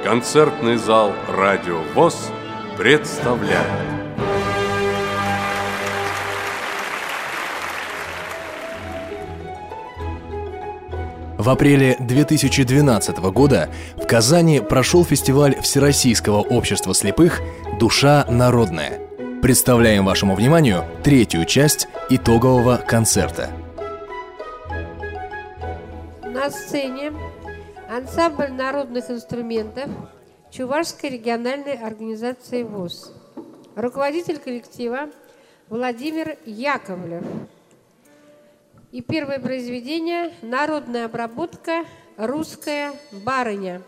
Концертный зал «Радио ВОС» представляет. В апреле 2012 года в Казани прошел фестиваль Всероссийского общества слепых «Душа народная». Представляем вашему вниманию третью часть итогового концерта. На сцене ансамбль народных инструментов Чувашской региональной организации ВОС. Руководитель коллектива Владимир Яковлев. И первое произведение – народная обработка «Русская барыня».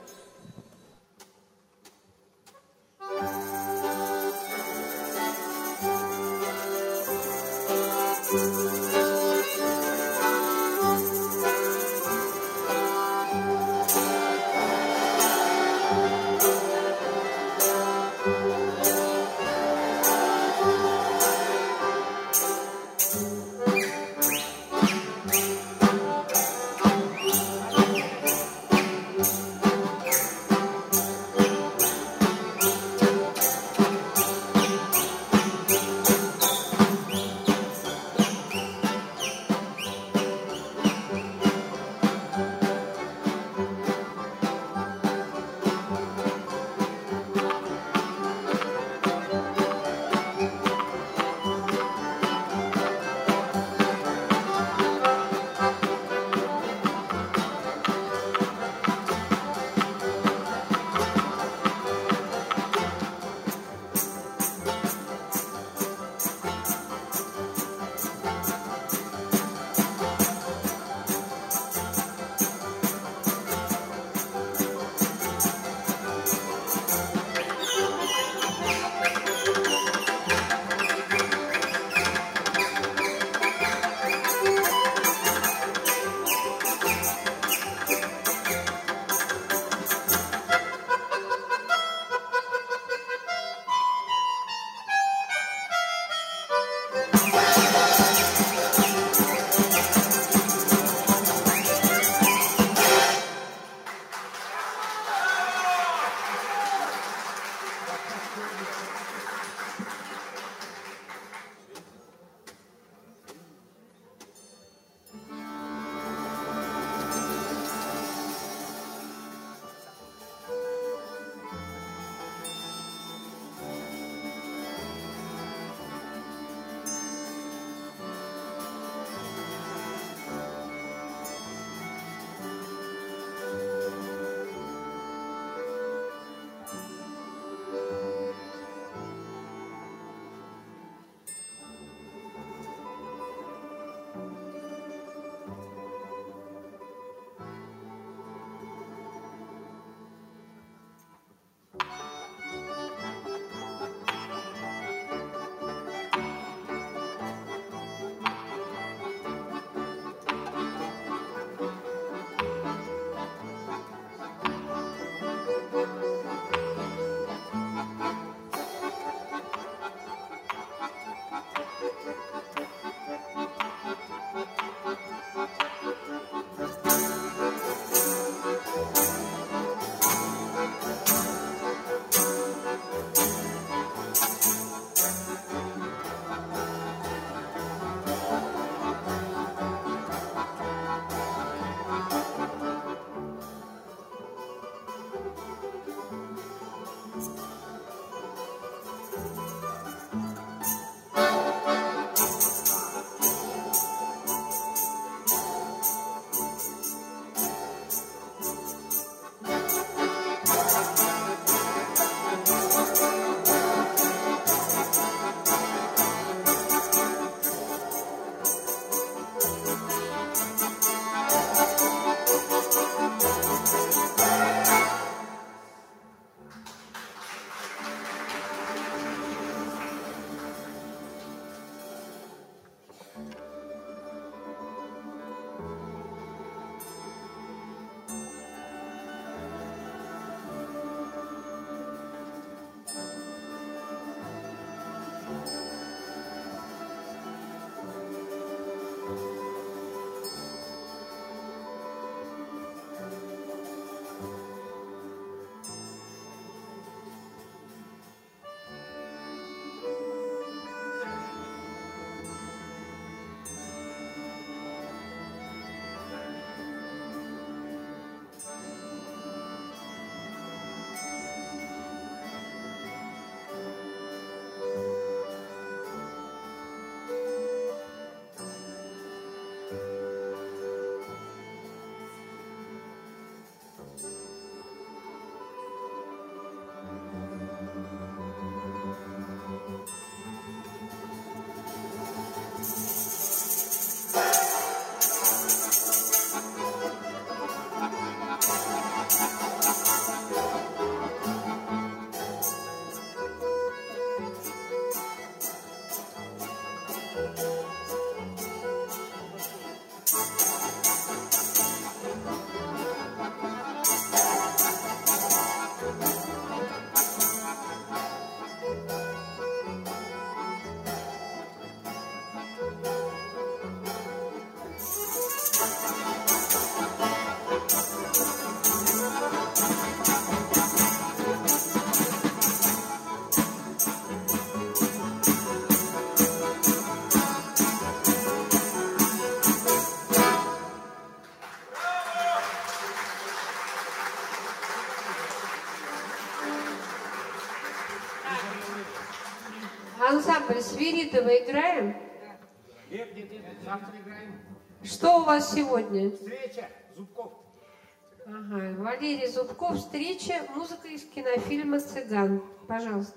Ансамбль Свиридова играем? Нет, завтра играем. Что у вас сегодня? Встреча, Зубков. Ага, Валерий Зубков, встреча, музыка из кинофильма «Цыган». Пожалуйста.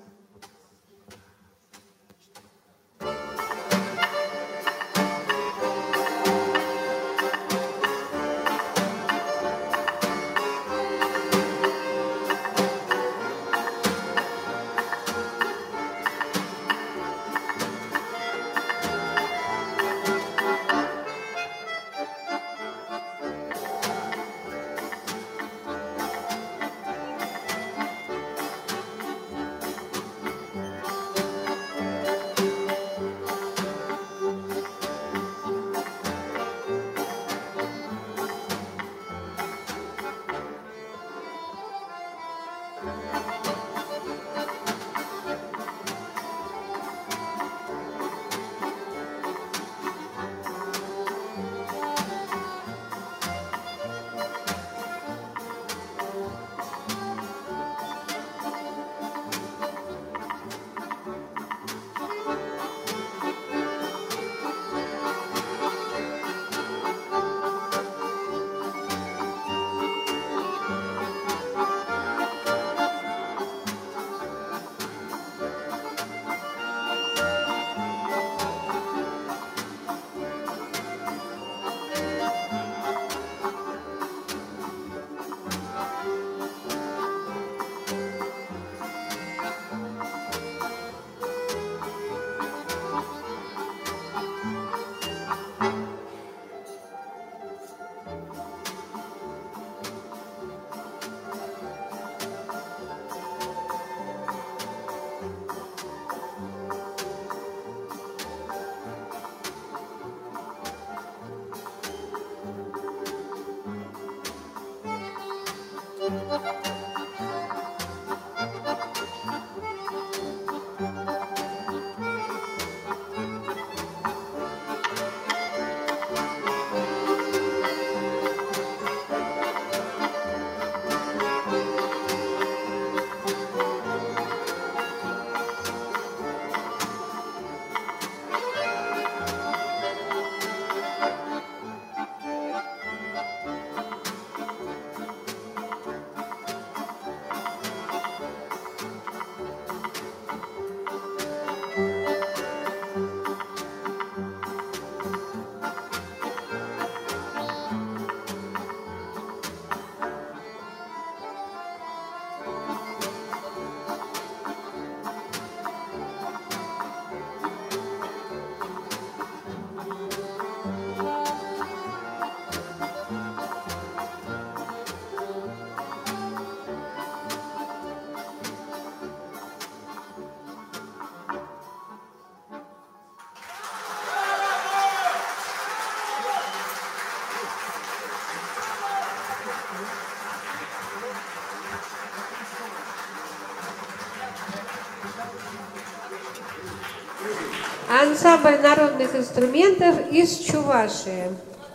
Ансамбль народных инструментов из Чувашии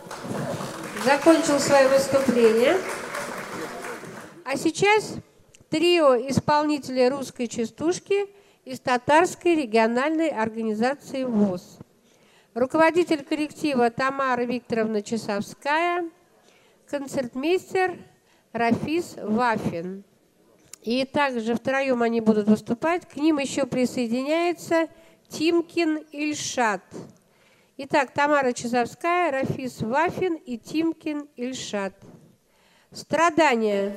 закончил свое выступление. А сейчас трио исполнителей русской частушки из татарской региональной организации ВОС. Руководитель коллектива Тамара Викторовна Часовская, концертмейстер Рафис Вафин. И также втроем они будут выступать. К ним еще присоединяется Тимкин Ильшат. Итак, Тамара Часовская, Рафис Вафин и Тимкин Ильшат. «Страдания».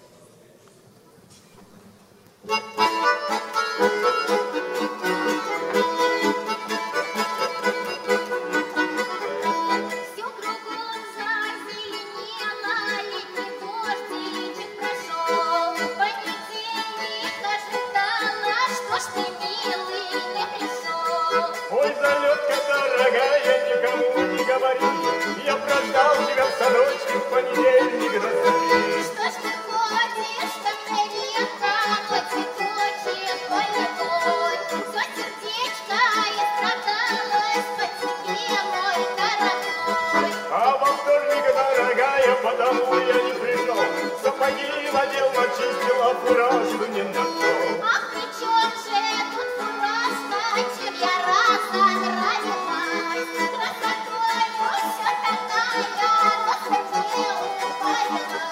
Я прождал тебя в садочке в понедельник до зари. Что ж ты ходишь, как тарелка, мой цветочек, мой родной? Все сердечко истрадалось по тебе, мой дорогой. А во вторник, дорогая, потому я не пришел. Сапоги надел, почистил, а фуражку не нашел. Ах, при чем же тут фуражка?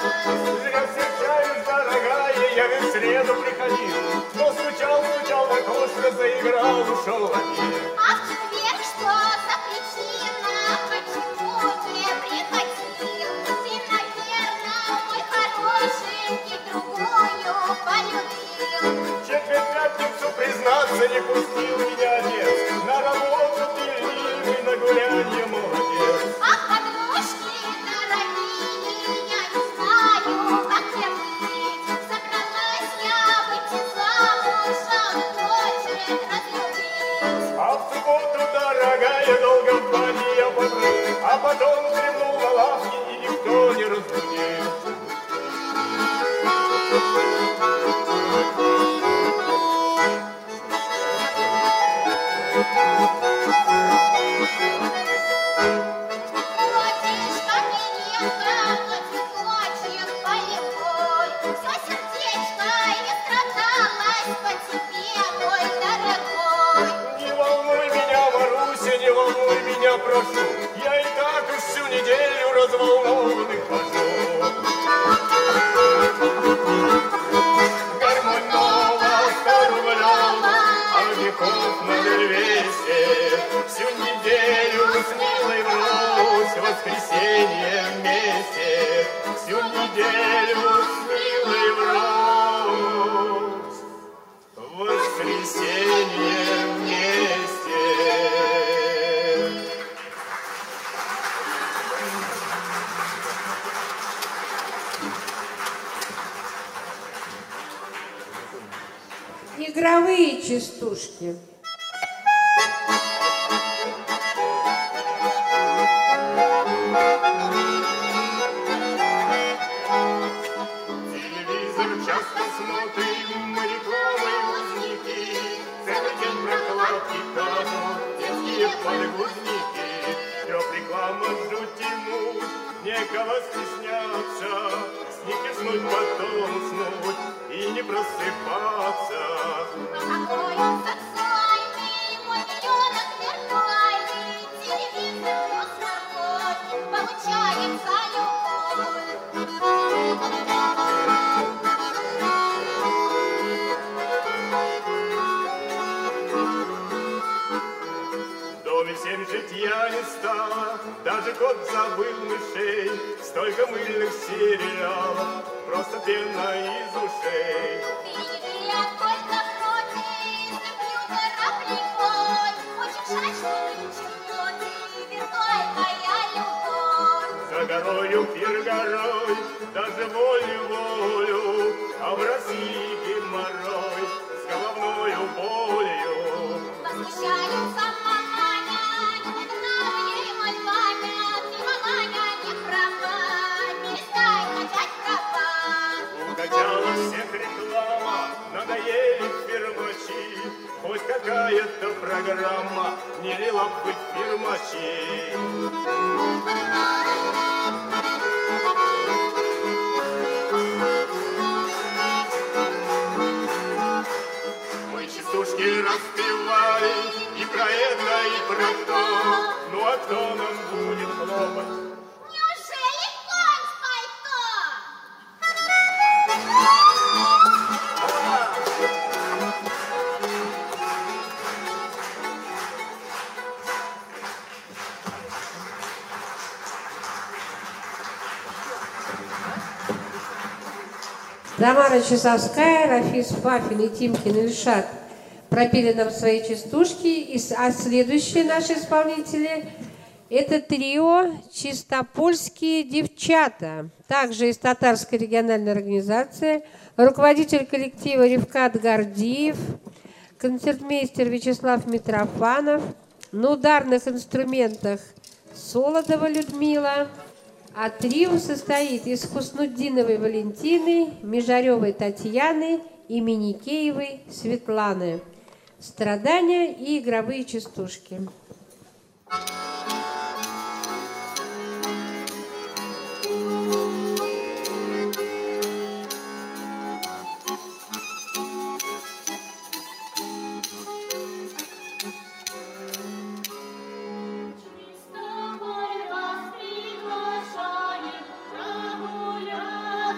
Зря серчаешь, дорогая, я ведь в среду приходил, но стучал в окошко, заиграл, ушел один. А в четверг что за причина, почему не приходил? Ты, наверное, мой хорошенький, другую полюбил. В четверг пятницу, признаться, не пустил меня отец. На работу ты ленивый, на гулянье молодец. Ах, подружки дорогие, я не знаю, как мне быть. Собралась я выйти замуж, а он хочет разлюбить. А в субботу, дорогая, долго в бане я побрыл, а потом вздремнул на лавке, и никто не разбудил. Ходишь, как лето, под цветочек полевой. Все сердечко истрадалось по тебе, мой дорогой. Не волнуй меня, Маруся, не волнуй меня, прошу, я и так уж всю неделю разволнованный хожу. Гармонь нова, 100 рублёва, а веков на 200. Всю неделю с милой врозь, в воскресенье вместе. Всю неделю с милой врозь, в воскресенье вместе. Игровые частушки. Телевизор часто смотрим, мы рекламы узники. Целый день прокладки кажут, детские подгузники. Трёп реклама, жуть и муть, некого стесняться. Сникерснуть, потом уснуть и не просыпаться. Какой он сексуальный, мой ребенок виртуальный. Телевизор плюс морковь, получается В доме 7 житья не стало, даже кот забыл мышей. Столько мыльных сериалов, просто пена из ушей. Привет, только вроде из компьютера плейбой. Очень жаль, что ничего ты виртуальная любовь. За горою пир горой, даже волю, а в России геморрой с головною болью. Возмущаются маманя, не догнал ей мой Ваня. Ты, маманя, не права, перестань качать права. Укачала всех реклама, надоели фирмачи. Хоть какая-то программа не лила бы фирмачи. Мы частушки распевали и про это, и про то. Ну а кто нам будет хлопать? Неужели конь в пальто? Тамара Часовская, Рафис Пафин и Тимкин Ильшат пропели нам свои частушки. А следующие наши исполнители – это трио «Чистопольские девчата», также из Татарской региональной организации, руководитель коллектива Ревкат Гордиев, концертмейстер Вячеслав Митрофанов, на ударных инструментах Солодова Людмила. А трио состоит из Хуснуддиновой Валентины, Межаревой Татьяны и Миникеевой Светланы. Страдания и игровые частушки. С тобой вас приглашаем прогуляться.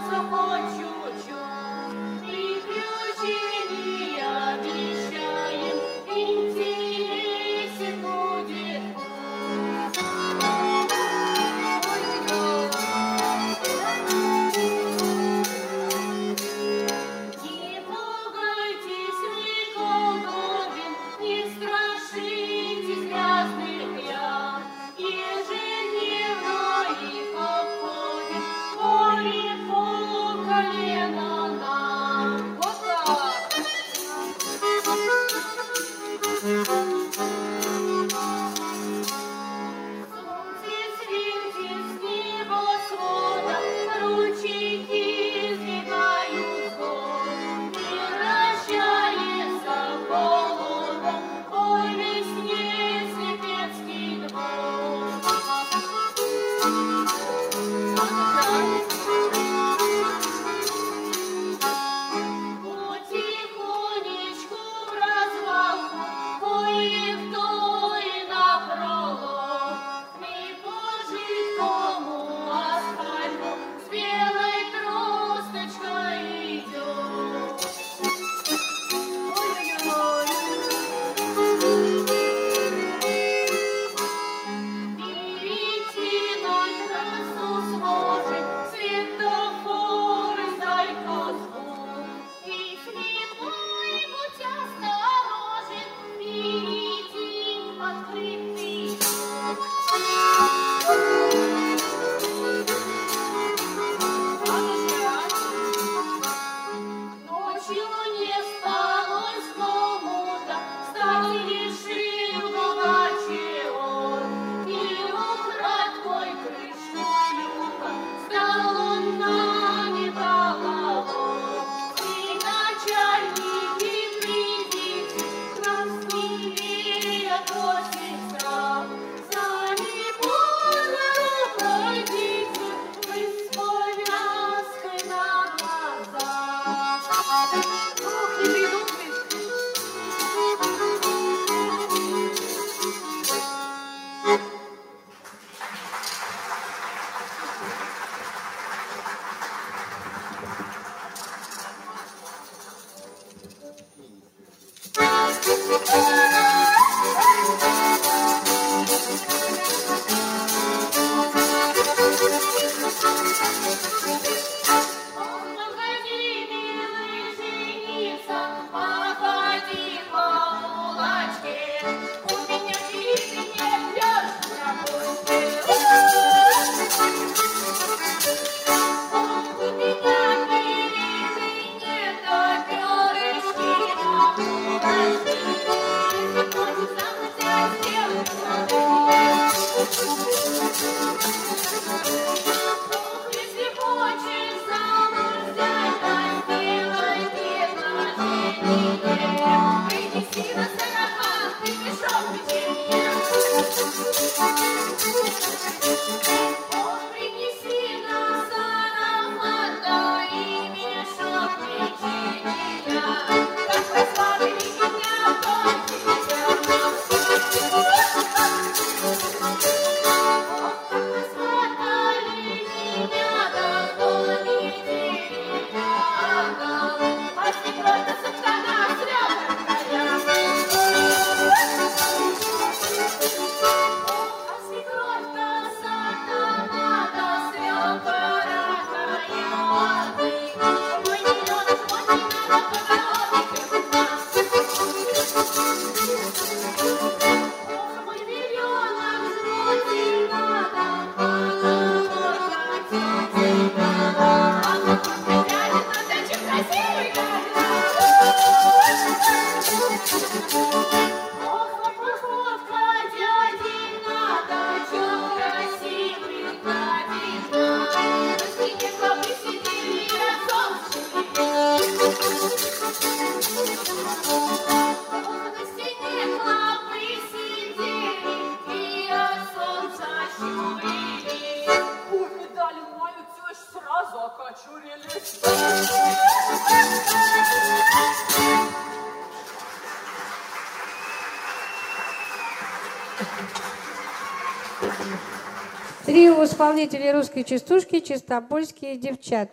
Трио исполнителей русской частушки «Чистобольские девчата».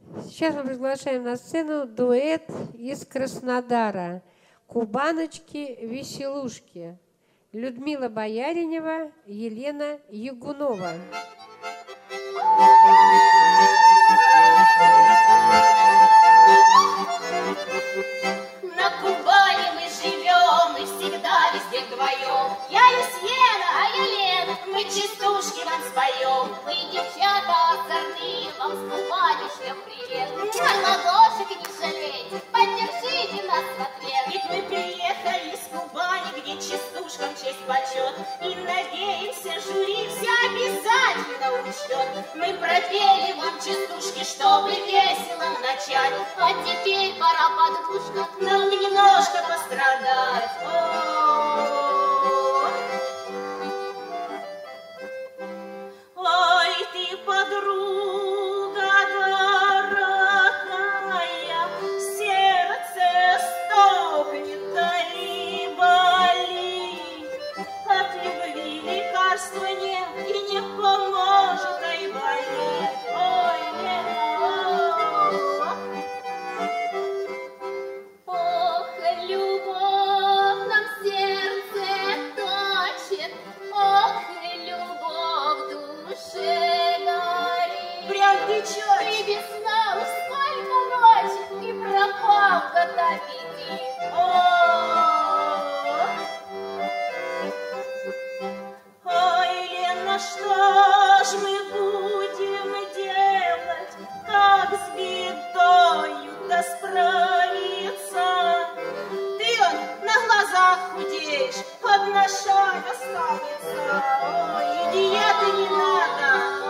Сейчас мы приглашаем на сцену дуэт из Краснодара. Кубаночки-веселушки. Людмила Бояринева, Елена Ягунова. На Кубани мы живем, мы всегда везде вдвоем. Я Люсьена, а я Лена, мы частушки вам споем. Мы, девчата озорные, вам с Кубани шлем привет. Ладошек не жалейте, поддержите нас в ответ. Ведь мы приехали с Кубани, где частушкам честь почет. И надеемся, жюри все обязательно учтет. Мы пропели вам частушки, чтобы весело начать. А теперь пора подружка нам немножко пострадать. Ой, ты, подруга дорогая, сердце стопнет, да и болит. От любви лекарства нет и не поможет, ай, болит. Ой, Лена, ох, любовь нам сердце точит, ох, любовь в душе горит. Прям течет. И весна уж сколько ночи, и пропал год аппетит. Ой, Лена, что ж мы будем делать, как с бедою да справиться? Ты он на глазах худеешь, одна шаль останется. Ой, и диеты не надо.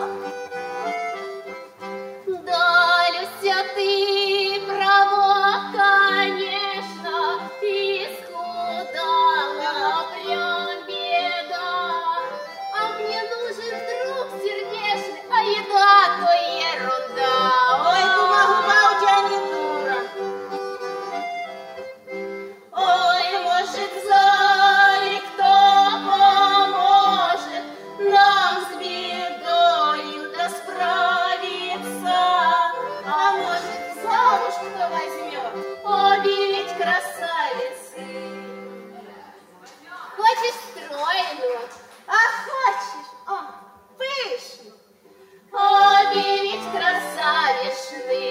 Да, Люся, ты права, конечно, исхудала, прям беда. А мне нужен друг сердечный, а еда то ерунда. Ой, губа у тебя не дура. Ой, может, в зале кто поможет нам с бедою да справиться. А может, замуж кто возьмет, обе ведь красавицы. Хочешь стройную, а хочешь, пышную. Обе ведь красавишны.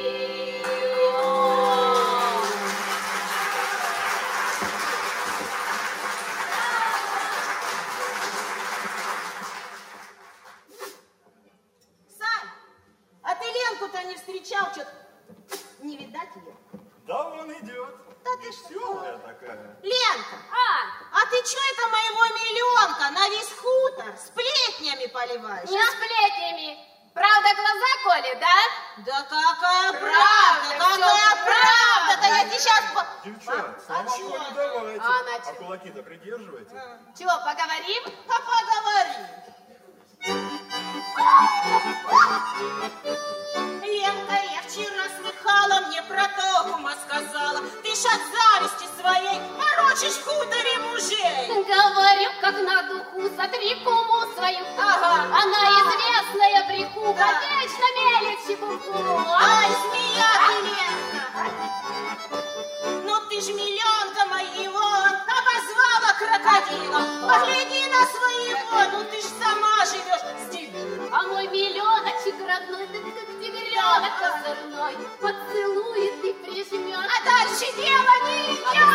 Сань, а ты Ленку-то не встречал, что-то не видать ее? Да он идет. Да ты что? Веселая такая. Ленка, а ты что это моего миллионка на весь хутор сплетнями поливаешь? Не сплетнями. Правда глаза колет, да? Да какая правда, какая правда, да я тебе сейчас... Девчат, молоко чё? не давайте. А на чё? Кулаки-то придерживайте. Чего, поговорим? Поговори. Ленка, я вчера слыхала, мне про то кума сказала. Ты ж от зависти своей морочишь в хуторе мужей. Говорю, как на духу, сотри куму свою. Ага. Она известная брехуха, Да. вечно мелет чепуху. Ай, змея ты, Ленка. Ну ты ж миллионка моего обозвала крокодилом. Погляди на своего, ну ты ж сама живешь с дебилом. А мой миллионочек родной, ты как тигренок озорной, поцелует и прижмет. А дальше дело не идет.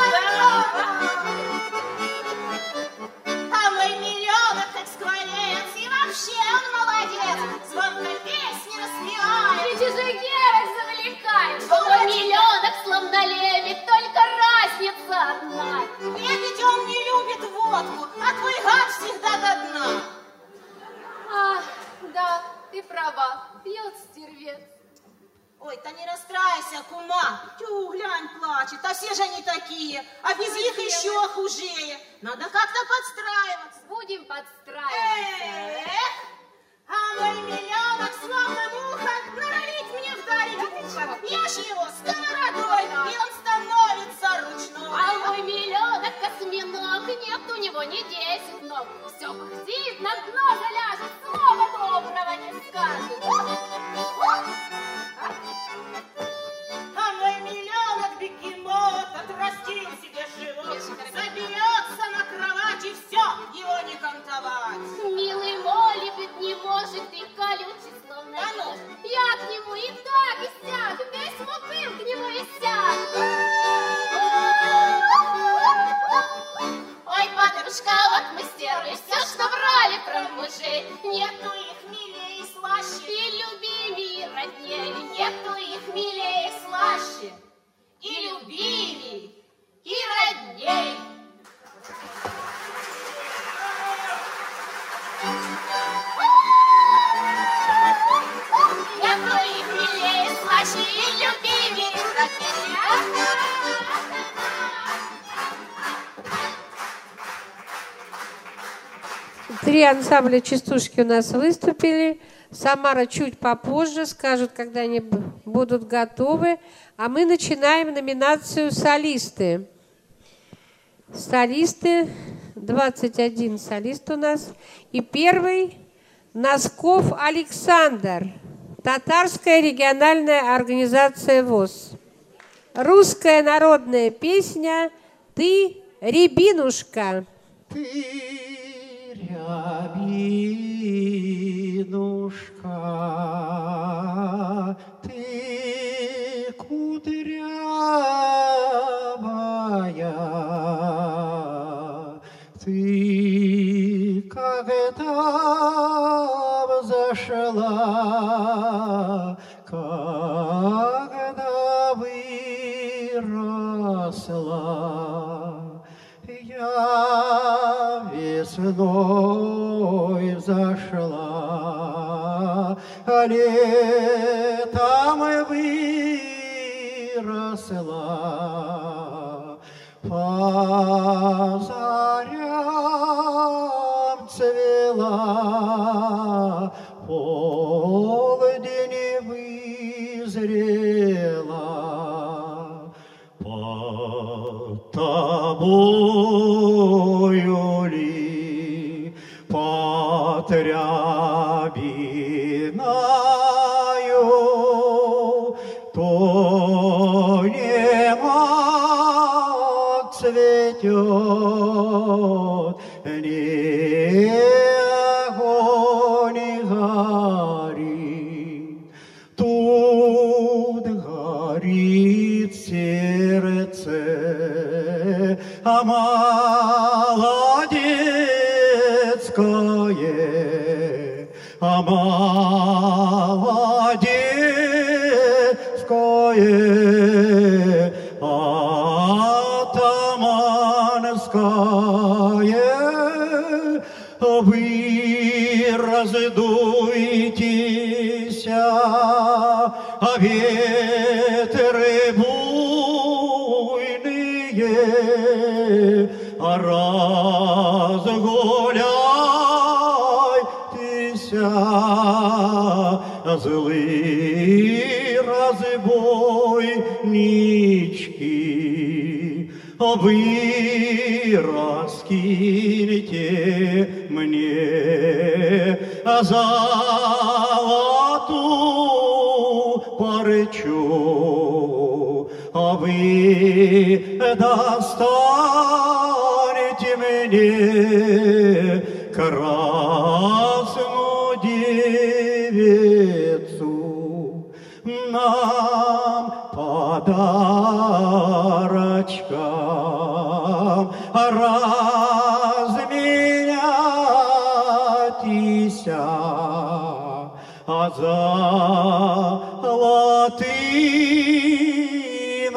А мой миллионок как скворец, и вообще он молодец. Звонко песни распевает. И чужих девок завлекает. Что мой миллионок словно лебедь, только разница одна. Нет, ведь он не любит водку, а твой гад всегда до дна. Ах, да, ты права, пьет стервец. Ой, да не расстраивайся, кума. Тю, глянь, плачет. А все же они такие. А без них еще хужее. Надо как-то подстраиваться. Будем подстраиваться. Эх, а мой миллионок словно муха норовит мне вдарить в ухо. Я ж его сковородой, и он становится ручной. А мой миллионок осьминог, нет у него ни 10 ног. Все пыхтит, на дно заляжет, слова доброго не скажет. наши любимые родные. Три ансамбля частушки у нас выступили. Самара чуть попозже, скажут, когда они будут готовы. А мы начинаем номинацию «Солисты». Солисты, 21 солист у нас. И первый – Носков Александр, Татарская региональная организация ВОС. Русская народная песня «Ты, рябинушка». Ты, рябинушка, ты кудрявая, ты когда взошла, когда выросла, я весной взошла, а летом выросла, по зарям цвела, полдень вызрела, под тобою ли, под рябиною, то нема цветет, ни огонь горит, тут горит сердце, а молодецкое, а молодецкое, атаманское. Вы раздуйтесь, а ветры буйные, разгуляйтесь, злые разбойнички, вы раскиньте мне золотую парчу, вы достанете мне красную девицу, нам подарочком разменяйтесь, а золотым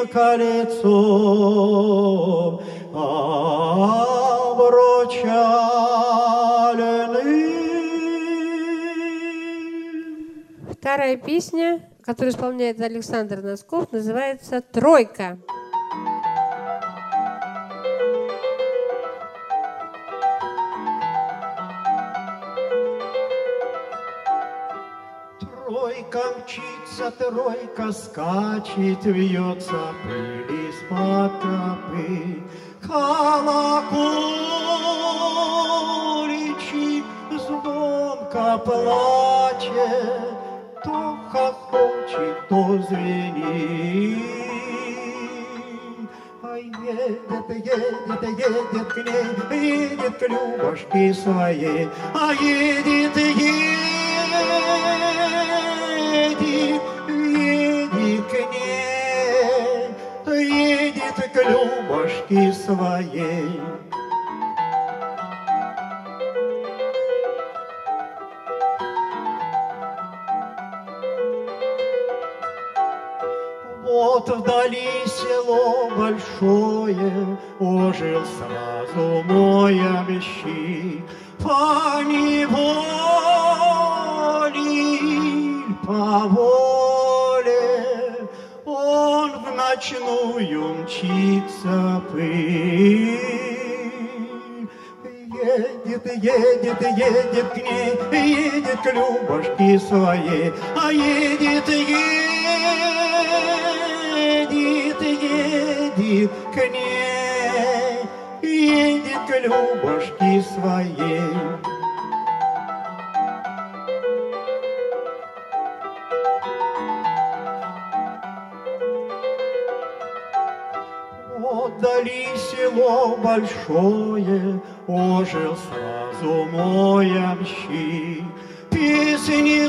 кольцом обручальным. Вторая песня, которую исполняет Александр Носков, называется «Тройка». Тройка мчится, тройка скачет, вьется пыль из-под копыт. Колокольчик звонко плачет, то хохочет, то звенит. А едет, едет, едет к ней, едет к Любашке своей, а едет, едет к ней, едет к Любашке своей. Вот вдали село большое, ожил сразу мой ямщик. По неволе, по воле вон в ночную мчится пыль. Едет, едет, едет к ней, едет к Любашке своей, а едет, едет, едет к ней, едет к Любашке своей. Отдали село большое, ожил сразу мой ямщик. Песни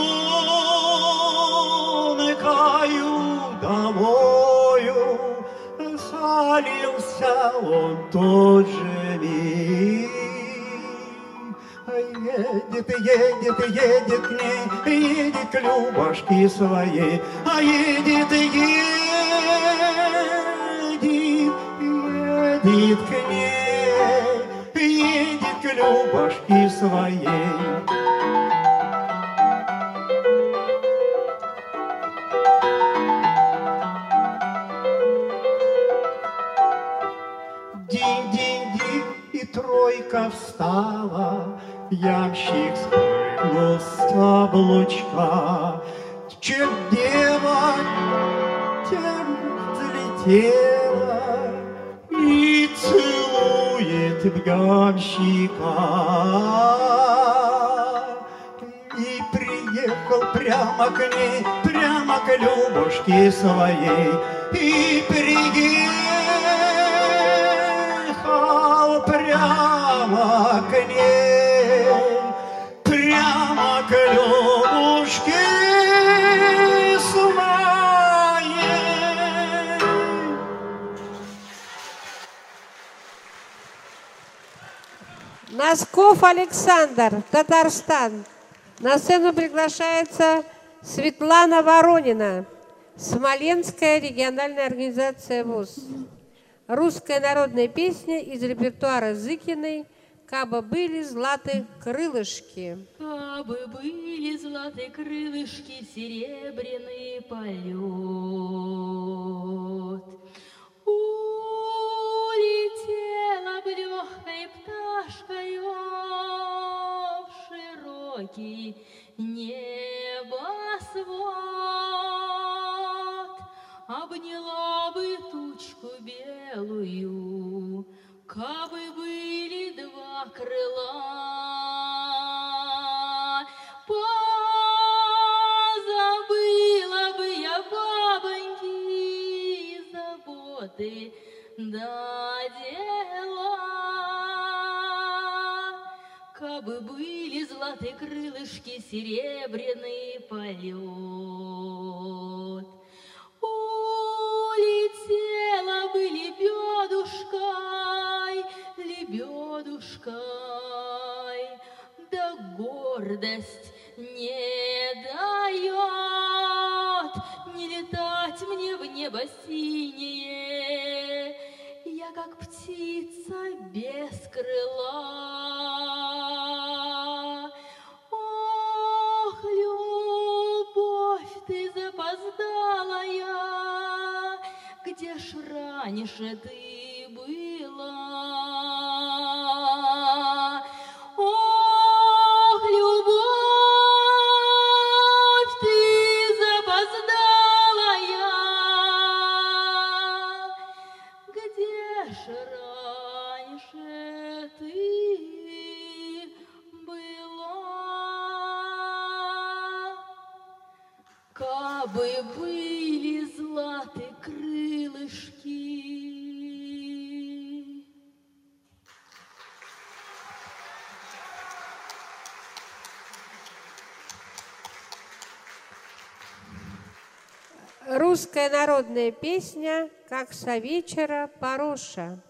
звонкою домою, солился он тот же миг. Едет, едет, едет к ней, едет к Любашке своей, а едет, едет к ней, едет к Любашке своей. Динь-динь-динь, и тройка встала, ямщик спрыгнул с каблучка. Чем дева, тем взлетела и целует ямщика. И приехал прямо к ней, прямо к Любашке своей. И приехал прямо к ней, прямо к Любушке своей. Носков Александр, Татарстан. На сцену приглашается Светлана Воронина, Смоленская региональная организация ВОС. Русская народная песня из репертуара Зыкиной «Кабы были златы крылышки». Кабы были златы крылышки, серебряный полет, улетела бы легкой пташкой в широкий небосвод, обняла бы тучку белую, кабы были два крыла. Позабыла бы я бабоньки заботы да дела, кабы были златы крылышки, серебряный полет. Улетела бы лебедушкой, лебедушкой, да гордость не дает не летать мне в небо синее. Я как птица без крыла. Ох, любовь, ты запоздалая, где ж раньше ты была? Ох, любовь, ты запоздалая, где ж раньше ты была? Кабы были златы крылышки. Русская народная песня «Как со вечера Пороша».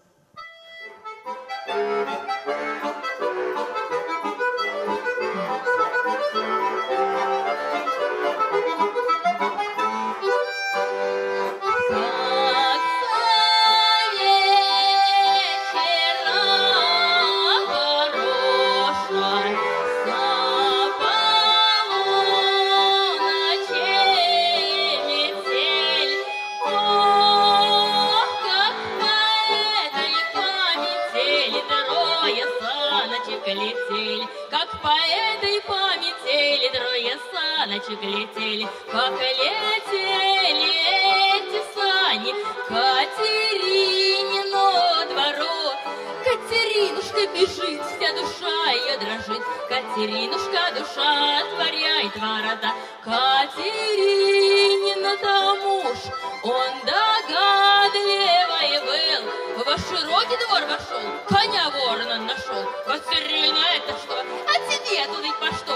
полетели эти сани Катеринино двору. Катеринушка бежит, вся душа ее дрожит. Катеринушка, душа, отворяет ворота. Катеринина-то муж, он догадливый был. Во широкий двор вошел, коня ворона нашел. Катерина, это что? А тебе туда по что?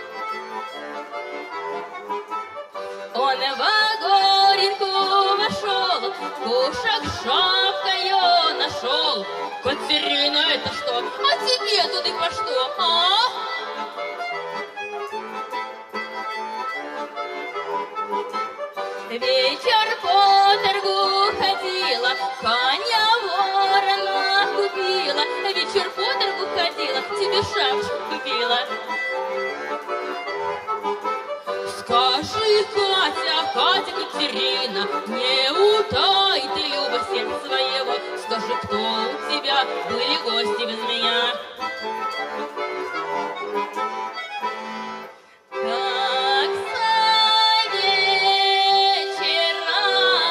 Он в Горенку вошел, кушак шапкою нашел. Катерина, это что? А тебе туда по что? А? Вечер по торгу ходила, коня ворона купила. Вечер по торгу ходила, тебе шапочку купила. Скажи, Катя, Катя Катерина, не утай ты, Люба, сердце своего. Скажи, кто у тебя были гости без меня? Как со вечера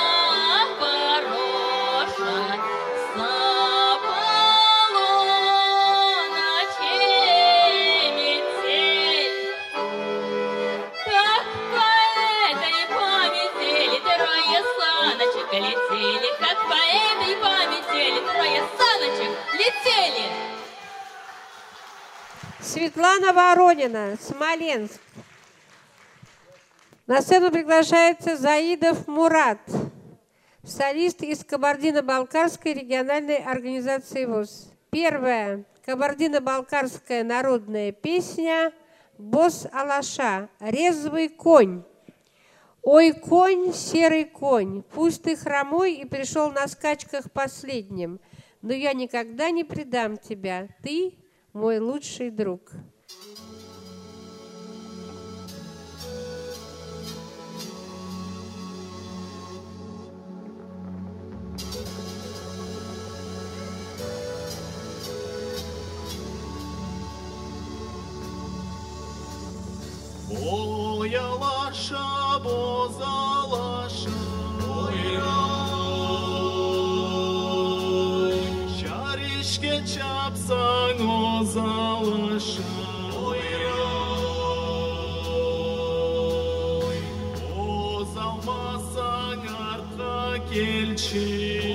пороша, со полуночи метель. Как по этой пометели трое саночек летели, как по этой пометели трое саночек летели. Светлана Воронина, Смоленск. На сцену приглашается Заидов Мурат, солист из Кабардино-Балкарской региональной организации ВОС. Первая кабардино-балкарская народная песня «Бос Алаша», «Резвый конь». Ой, конь, серый конь, пусть ты хромой и пришел на скачках последним, но я никогда не предам тебя, ты мой лучший друг. Ой, Алаша, боз Алаша, ой, шаришке чапсаң оз Алаша, ой, боз алмасаң артқа келші,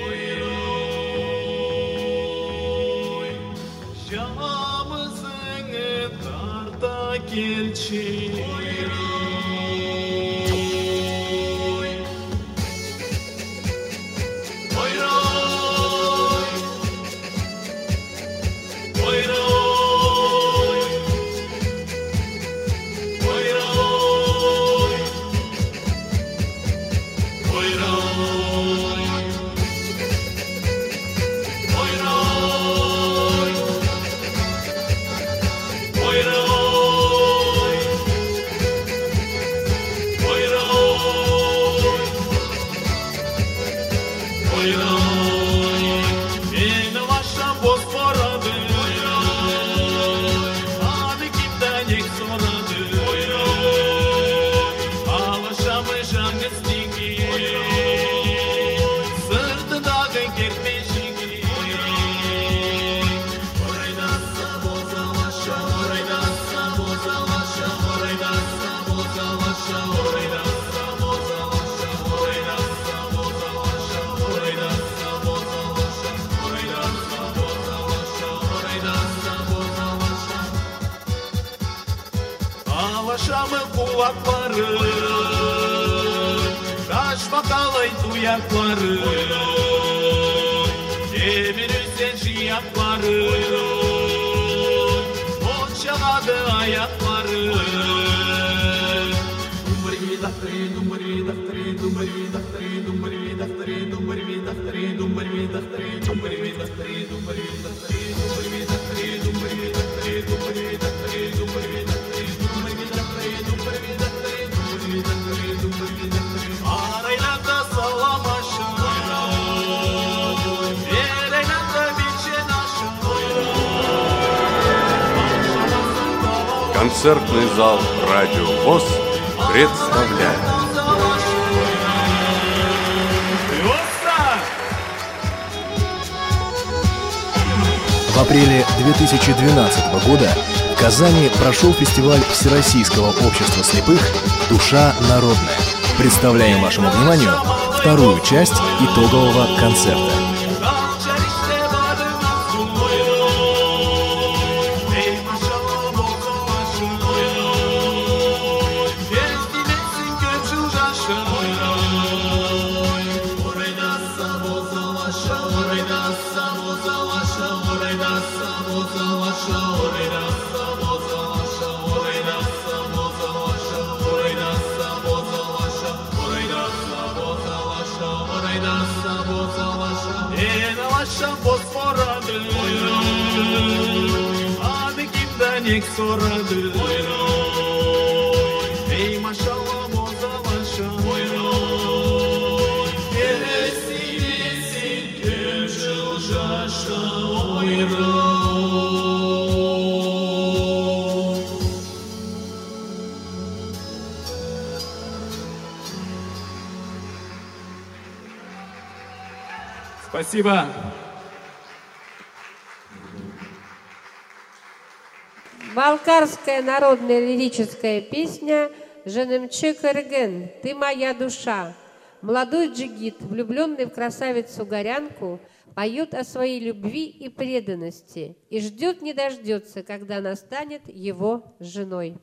жамызыңы тарта келші. Алашамы кулаклары, таш бакалай туяклары, темір үсен жияклары, от шағады аяклары. Думари дафтри, думари дафтри, думари дафтри, думари дафтри, думари дафтри, думари дафтри, думари дафтри, думари дафтри, думари дафтри, думари дафтри, думари дафтри, думари дафтри. Арайлата саламаша, верайлата биче наша. Концертный зал «Радио ВОС» представляет. апреле 2012 года в Казани прошел фестиваль Всероссийского общества слепых «Душа народная». Представляем вашему вниманию вторую часть итогового концерта. Спасибо. Балкарская народная лирическая песня «Женымчы Кыргын, ты моя душа». Молодой джигит, влюбленный в красавицу-горянку, поет о своей любви и преданности и ждет не дождется, когда она станет его женой.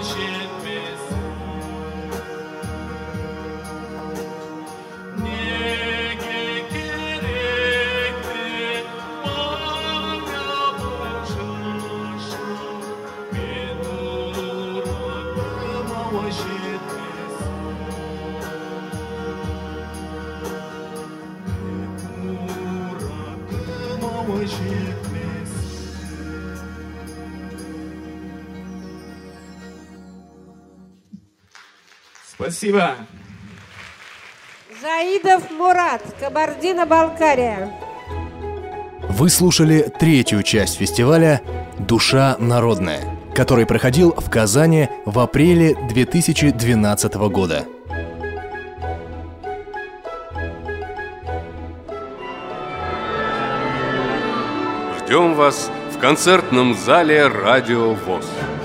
Спасибо. Заидов Мурат, Кабардино-Балкария. Вы слушали третью часть фестиваля «Душа народная», который проходил в Казани в апреле 2012 года. Ждем вас в концертном зале «Радио ВОС».